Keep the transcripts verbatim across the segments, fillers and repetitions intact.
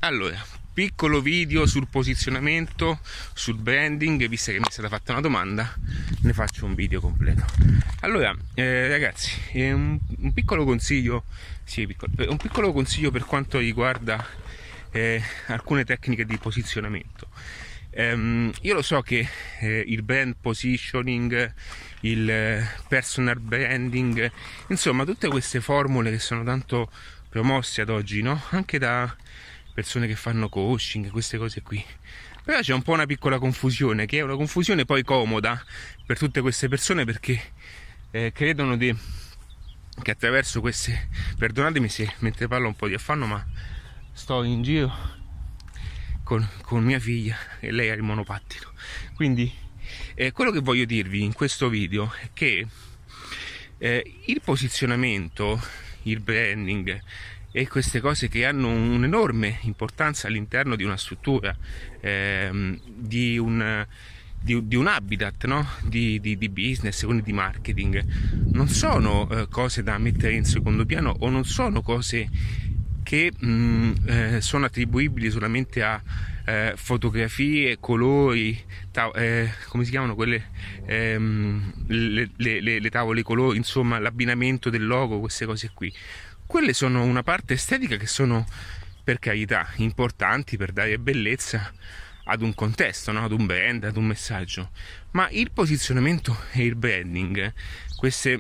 Allora, piccolo video sul posizionamento, sul branding, visto che mi è stata fatta una domanda, ne faccio un video completo. Allora, eh, ragazzi, eh, un, un piccolo consiglio, sì, piccolo, un piccolo consiglio per quanto riguarda eh, alcune tecniche di posizionamento. Um, io lo so che eh, il brand positioning, il eh, personal branding, insomma tutte queste formule che sono tanto promosse ad oggi, no? Anche da persone che fanno coaching, queste cose qui. Però c'è un po' una piccola confusione, che è una confusione poi comoda per tutte queste persone, perché eh, credono di, che attraverso queste, perdonatemi se mentre parlo un po' di affanno, ma sto in giro Con, con mia figlia e lei ha il monopattino. Quindi eh, quello che voglio dirvi in questo video è che eh, il posizionamento, il branding e queste cose che hanno un'enorme importanza all'interno di una struttura, ehm, di, un, di, di un habitat, no? di, di, di business, quindi di marketing, non sono eh, cose da mettere in secondo piano, o non sono cose che mh, eh, sono attribuibili solamente a eh, fotografie, colori, ta- eh, come si chiamano quelle, ehm, le, le, le, le tavole colori, insomma l'abbinamento del logo, queste cose qui. Quelle sono una parte estetica che sono, per carità, importanti per dare bellezza ad un contesto, no? Ad un brand, ad un messaggio. Ma il posizionamento e il branding, queste,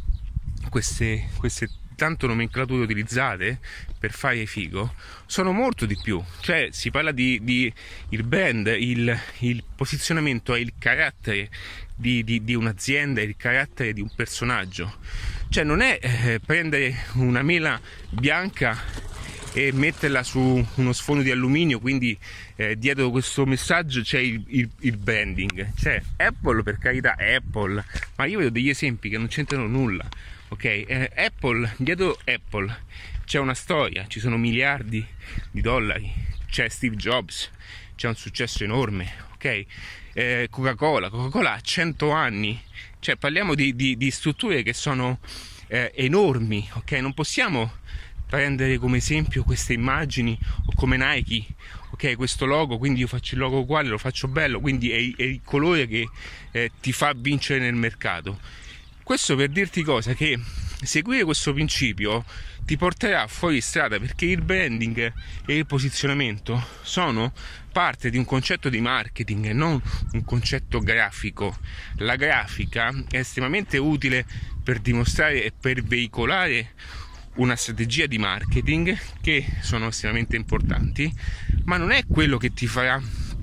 queste, queste tanto nomenclature utilizzate per fare figo, sono molto di più. Cioè si parla di, di il brand, il, il posizionamento è il carattere di, di, di un'azienda, è il carattere di un personaggio. Cioè non è eh, prendere una mela bianca e metterla su uno sfondo di alluminio, quindi eh, dietro questo messaggio c'è il, il, il branding. Cioè Apple, per carità, è Apple, ma io vedo degli esempi che non c'entrano nulla. Ok, eh, Apple, dietro Apple c'è una storia, ci sono miliardi di dollari, c'è Steve Jobs, c'è un successo enorme, ok? Eh, Coca-Cola, Coca-Cola ha cento anni, cioè parliamo di, di, di strutture che sono eh, enormi, ok? Non possiamo prendere come esempio queste immagini, o come Nike, ok, questo logo, quindi io faccio il logo uguale, lo faccio bello, quindi è, è il colore che eh, ti fa vincere nel mercato. Questo per dirti cosa, che seguire questo principio ti porterà fuori strada, perché il branding e il posizionamento sono parte di un concetto di marketing e non un concetto grafico. La grafica è estremamente utile per dimostrare e per veicolare una strategia di marketing, che sono estremamente importanti, ma non è quello che ti farà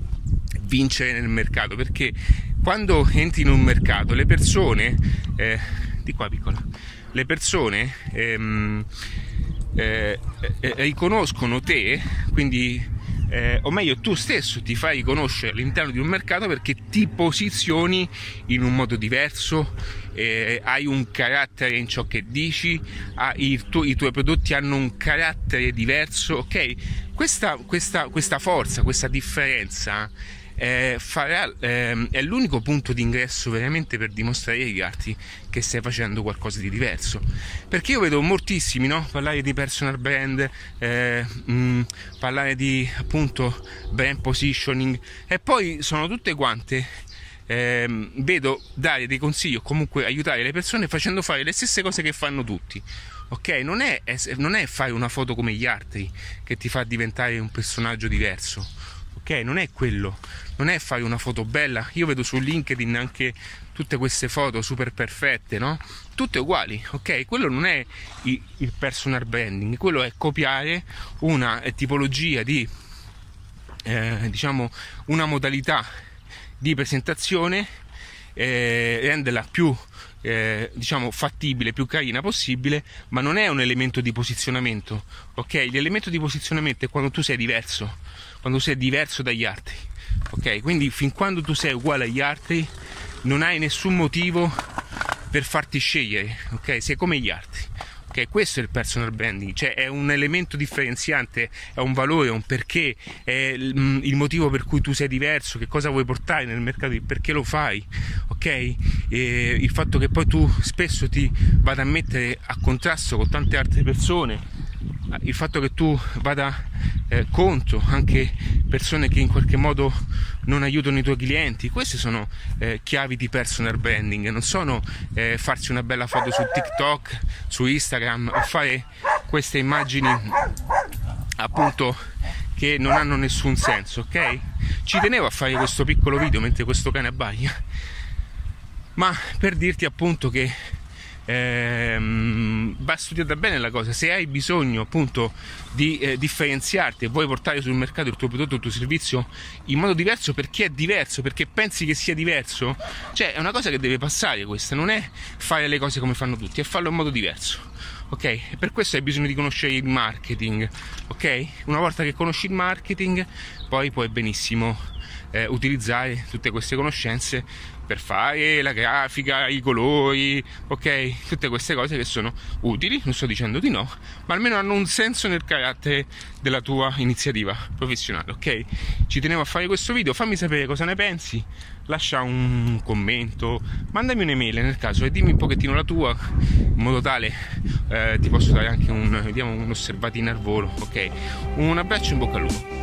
vincere nel mercato, perché quando entri in un mercato le persone eh, di qua piccola le persone ehm, eh, eh, riconoscono te, quindi eh, o meglio tu stesso ti fai riconoscere all'interno di un mercato perché ti posizioni in un modo diverso, eh, hai un carattere in ciò che dici, hai, il tuo, i tuoi prodotti hanno un carattere diverso, ok? Questa, questa, questa forza, questa differenza Eh, farà, eh, è l'unico punto d'ingresso veramente per dimostrare agli altri che stai facendo qualcosa di diverso. Perché io vedo moltissimi, no? Parlare di personal brand, eh, mh, parlare di appunto brand positioning, e poi sono tutte quante eh, vedo dare dei consigli o comunque aiutare le persone facendo fare le stesse cose che fanno tutti. Ok, non è, non è fare una foto come gli altri che ti fa diventare un personaggio diverso. Ok, non è quello, non è fare una foto bella. Io vedo su LinkedIn anche tutte queste foto super perfette, no? Tutte uguali, ok? Quello non è il personal branding, quello è copiare una tipologia di, eh, diciamo, una modalità di presentazione, eh, renderla più Eh, diciamo fattibile, più carina possibile, ma non è un elemento di posizionamento, ok? L'elemento di posizionamento è quando tu sei diverso, quando sei diverso dagli altri, ok? Quindi fin quando tu sei uguale agli altri non hai nessun motivo per farti scegliere, ok? Sei come gli altri, ok? Questo è il personal branding, cioè è un elemento differenziante, è un valore, è un perché, è il motivo per cui tu sei diverso, che cosa vuoi portare nel mercato, perché lo fai, ok? E il fatto che poi tu spesso ti vada a mettere a contrasto con tante altre persone il fatto che tu vada eh, contro anche persone che in qualche modo non aiutano i tuoi clienti, queste sono eh, chiavi di personal branding, non sono eh, farsi una bella foto su TikTok, su Instagram o fare queste immagini appunto che non hanno nessun senso, ok? Ci tenevo a fare questo piccolo video mentre questo cane abbaia, ma per dirti appunto che ehm, va studiata bene la cosa. Se hai bisogno appunto di eh, differenziarti e vuoi portare sul mercato il tuo prodotto, il tuo servizio in modo diverso, perché è diverso, perché pensi che sia diverso, cioè è una cosa che deve passare questa, non è fare le cose come fanno tutti, è farlo in modo diverso. Ok? E per questo hai bisogno di conoscere il marketing, ok? Una volta che conosci il marketing, poi puoi benissimo eh, utilizzare tutte queste conoscenze per fare la grafica, i colori, ok? Tutte queste cose che sono utili, non sto dicendo di no, ma almeno hanno un senso nel carattere della tua iniziativa professionale, ok? Ci tenevo a fare questo video, fammi sapere cosa ne pensi, lascia un commento, mandami un'email nel caso e dimmi un pochettino la tua, in modo tale eh, ti posso dare anche un, vediamo, un'osservatina al volo, ok? Un abbraccio, in bocca al lupo.